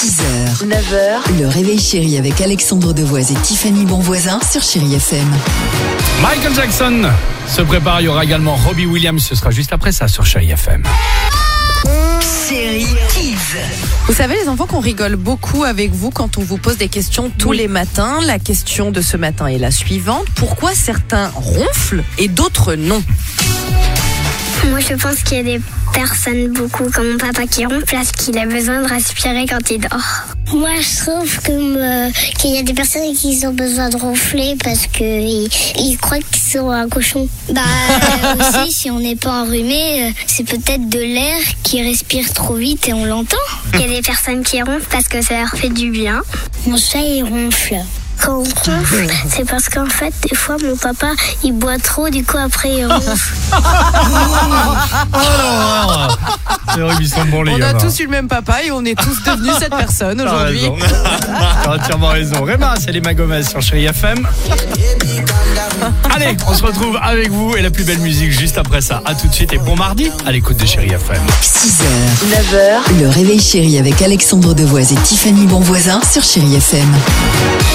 6h, 9h, le réveil chéri avec Alexandre Devoise et Tiffany Bonvoisin sur Chéri FM. Michael Jackson se prépare, il y aura également Robbie Williams, ce sera juste après ça sur Chéri FM. Chéri Kids. Vous savez les enfants qu'on rigole beaucoup avec vous quand on vous pose des questions tous les matins. La question de ce matin est la suivante. Pourquoi certains ronflent et d'autres non ? Moi, je pense qu'il y a des personnes beaucoup comme mon papa qui ronfle parce qu'il a besoin de respirer quand il dort. Moi, je trouve qu'il y a des personnes qui ont besoin de ronfler parce qu'ils croient qu'ils sont un cochon. Aussi, si on n'est pas enrhumé, c'est peut-être de l'air qui respire trop vite et on l'entend. Il y a des personnes qui ronflent parce que ça leur fait du bien. Mon chat, il ronfle. Quand on ronfle, c'est parce qu'en fait, des fois, mon papa, il boit trop, du coup, après, il ronfle. Oh l'horreur. C'est vrai, ils sont bons les On gars. a tous eu le même papa et on est tous devenus cette personne aujourd'hui. T'as entièrement raison. Réma, c'est les Magomas sur Chéri FM. Allez, on se retrouve avec vous et la plus belle musique juste après ça. A tout de suite et bon mardi à l'écoute de Chéri FM. 6h, 9h, le réveil chéri avec Alexandre Devoise et Tiffany Bonvoisin sur Chéri FM.